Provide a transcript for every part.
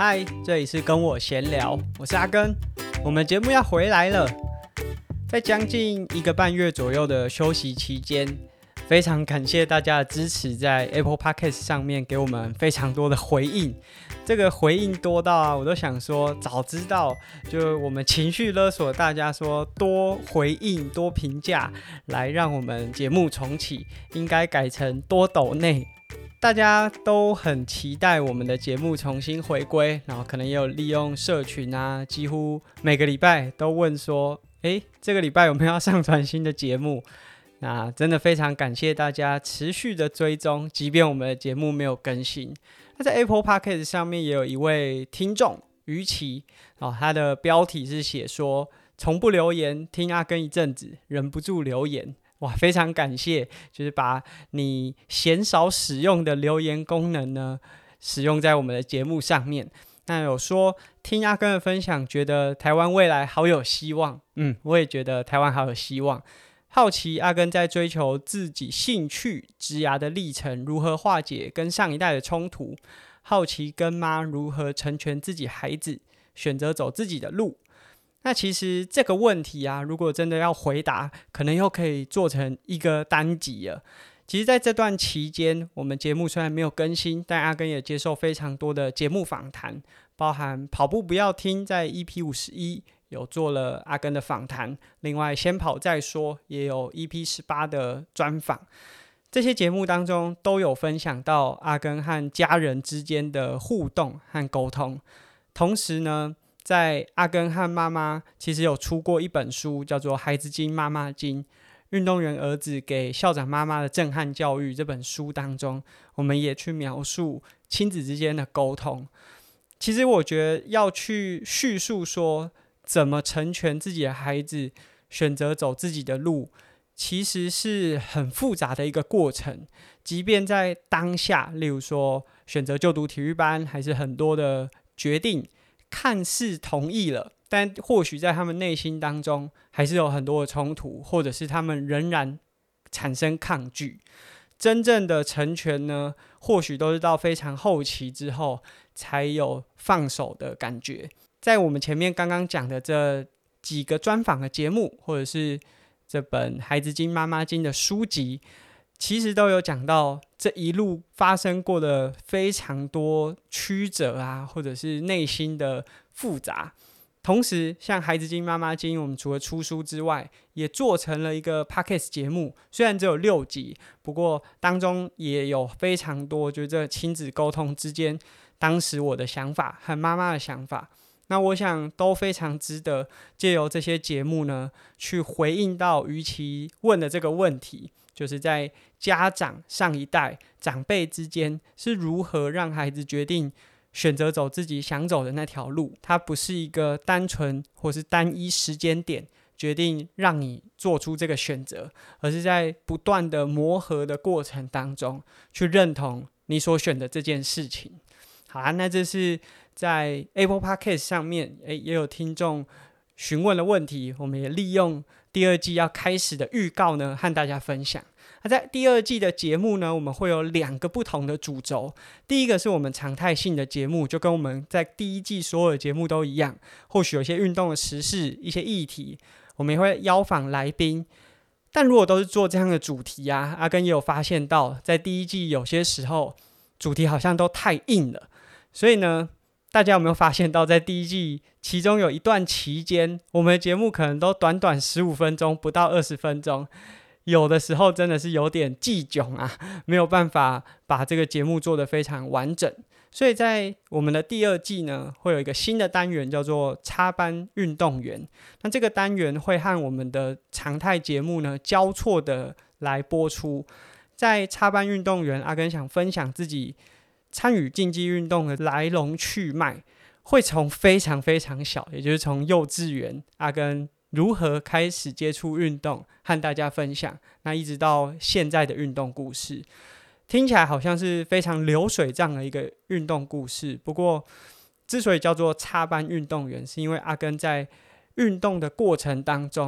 嗨，这里是跟我闲聊，我是阿根。我们节目要回来了，在将近1个半月左右的休息期间，非常感谢大家的支持，在 Apple Podcast 上面给我们非常多的回应。这个回应多到我都想说，早知道就我们情绪勒索大家说多回应、多评价，来让我们节目重启，应该改成多抖内。大家都很期待我们的节目重新回归，然后可能也有利用社群啊，几乎每个礼拜都问说，这个礼拜有没有要上传新的节目？那真的非常感谢大家持续的追踪，即便我们的节目没有更新。那在 Apple Podcast 上面也有一位听众于琦，他的标题是写说从不留言，听阿根一阵子，忍不住留言。哇，非常感谢，就是把你鲜少使用的留言功能呢，使用在我们的节目上面。那有说听阿根的分享，觉得台湾未来好有希望。我也觉得台湾好有希望。好奇阿根在追求自己兴趣职涯的历程，如何化解跟上一代的冲突？好奇跟妈如何成全自己孩子，选择走自己的路。那其实这个问题啊，如果真的要回答，可能又可以做成一个单集了。其实在这段期间，我们节目虽然没有更新，但阿根也接受非常多的节目访谈，包含跑步不要听在 EP51 有做了阿根的访谈，另外先跑再说也有 EP18 的专访。这些节目当中都有分享到阿根和家人之间的互动和沟通。同时呢，在阿根和妈妈其实有出过一本书，叫做《孩子经妈妈经》，运动员儿子给校长妈妈的震撼教育。这本书当中，我们也去描述亲子之间的沟通。其实我觉得要去叙述说怎么成全自己的孩子选择走自己的路，其实是很复杂的一个过程。即便在当下，例如说选择就读体育班，还是很多的决定看似同意了，但或许在他们内心当中还是有很多的冲突，或者是他们仍然产生抗拒。真正的成全呢，或许都是到非常后期之后才有放手的感觉。在我们前面刚刚讲的这几个专访的节目，或者是这本《孩子经妈妈经》的书籍，其实都有讲到这一路发生过的非常多曲折啊，或者是内心的复杂。同时像《孩子经妈妈经》，我们除了出书之外，也做成了一个 Podcast 节目，虽然只有6集，不过当中也有非常多就是这亲子沟通之间当时我的想法和妈妈的想法。那我想都非常值得借由这些节目呢，去回应到于琦问的这个问题，就是在家长上一代长辈之间是如何让孩子决定选择走自己想走的那条路。它不是一个单纯或是单一时间点决定让你做出这个选择，而是在不断的磨合的过程当中去认同你所选的这件事情。好啊，那这是在 Apple Podcast 上面也有听众询问的问题，我们也利用第2季要开始的预告呢，和大家分享。那在第2季的节目呢，我们会有2个不同的主轴。第一个是我们常态性的节目，就跟我们在第1季所有的节目都一样，或许有些运动的时事、一些议题，我们也会邀访来宾。但如果都是做这样的主题啊，阿根也有发现到，在第1季有些时候主题好像都太硬了。所以呢，大家有没有发现到，在第1季其中有一段期间，我们的节目可能都短短15分钟，不到20分钟，有的时候真的是有点技窘啊，没有办法把这个节目做得非常完整。所以在我们的第2季呢，会有一个新的单元叫做插班运动员。那这个单元会和我们的常态节目呢交错的来播出。在插班运动员，阿根想分享自己参与竞技运动的来龙去脉，会从非常非常小，也就是从幼稚园，阿根如何开始接触运动，和大家分享，那一直到现在的运动故事。听起来好像是非常流水账的一个运动故事，不过之所以叫做插班运动员，是因为阿根在运动的过程当中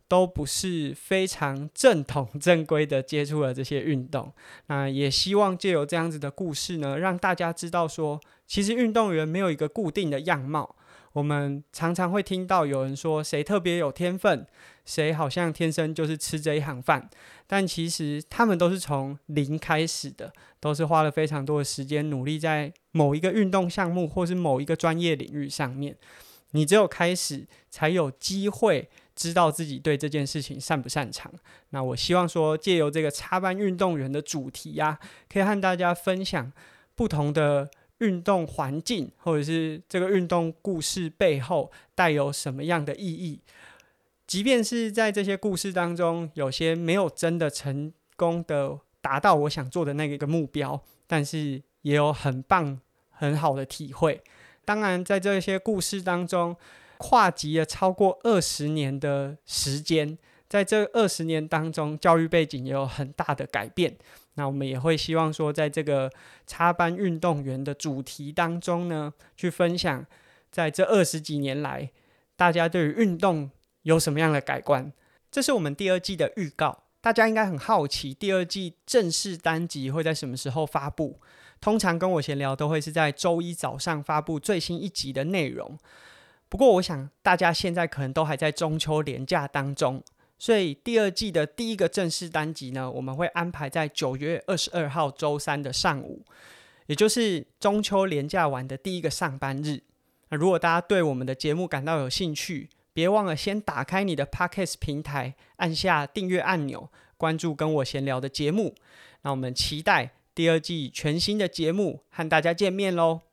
都不是非常正统正规的接触了这些运动。那也希望借由这样子的故事呢，让大家知道说，其实运动员没有一个固定的样貌。我们常常会听到有人说谁特别有天分，谁好像天生就是吃这一行饭，但其实他们都是从零开始的，都是花了非常多的时间努力在某一个运动项目或是某一个专业领域上面。你只有开始才有机会知道自己对这件事情擅不擅长。那我希望说借由这个插班运动员的主题啊，可以和大家分享不同的运动环境，或者是这个运动故事背后带有什么样的意义。即便是在这些故事当中，有些没有真的成功的达到我想做的那个目标，但是也有很棒很好的体会。当然在这些故事当中跨级了超过20年的时间，在这20年当中教育背景也有很大的改变。那我们也会希望说在这个插班运动员的主题当中呢，去分享在这20几年来大家对于运动有什么样的改观。这是我们第2季的预告，大家应该很好奇第2季正式单集会在什么时候发布。通常跟我闲聊都会是在周一早上发布最新一集的内容，不过我想大家现在可能都还在中秋连假当中，所以第2季的第1个正式单集呢，我们会安排在9月22号周3的上午，也就是中秋连假完的第1个上班日。那如果大家对我们的节目感到有兴趣，别忘了先打开你的 Podcast 平台，按下订阅按钮，关注跟我闲聊的节目。那我们期待第2季全新的节目和大家见面咯。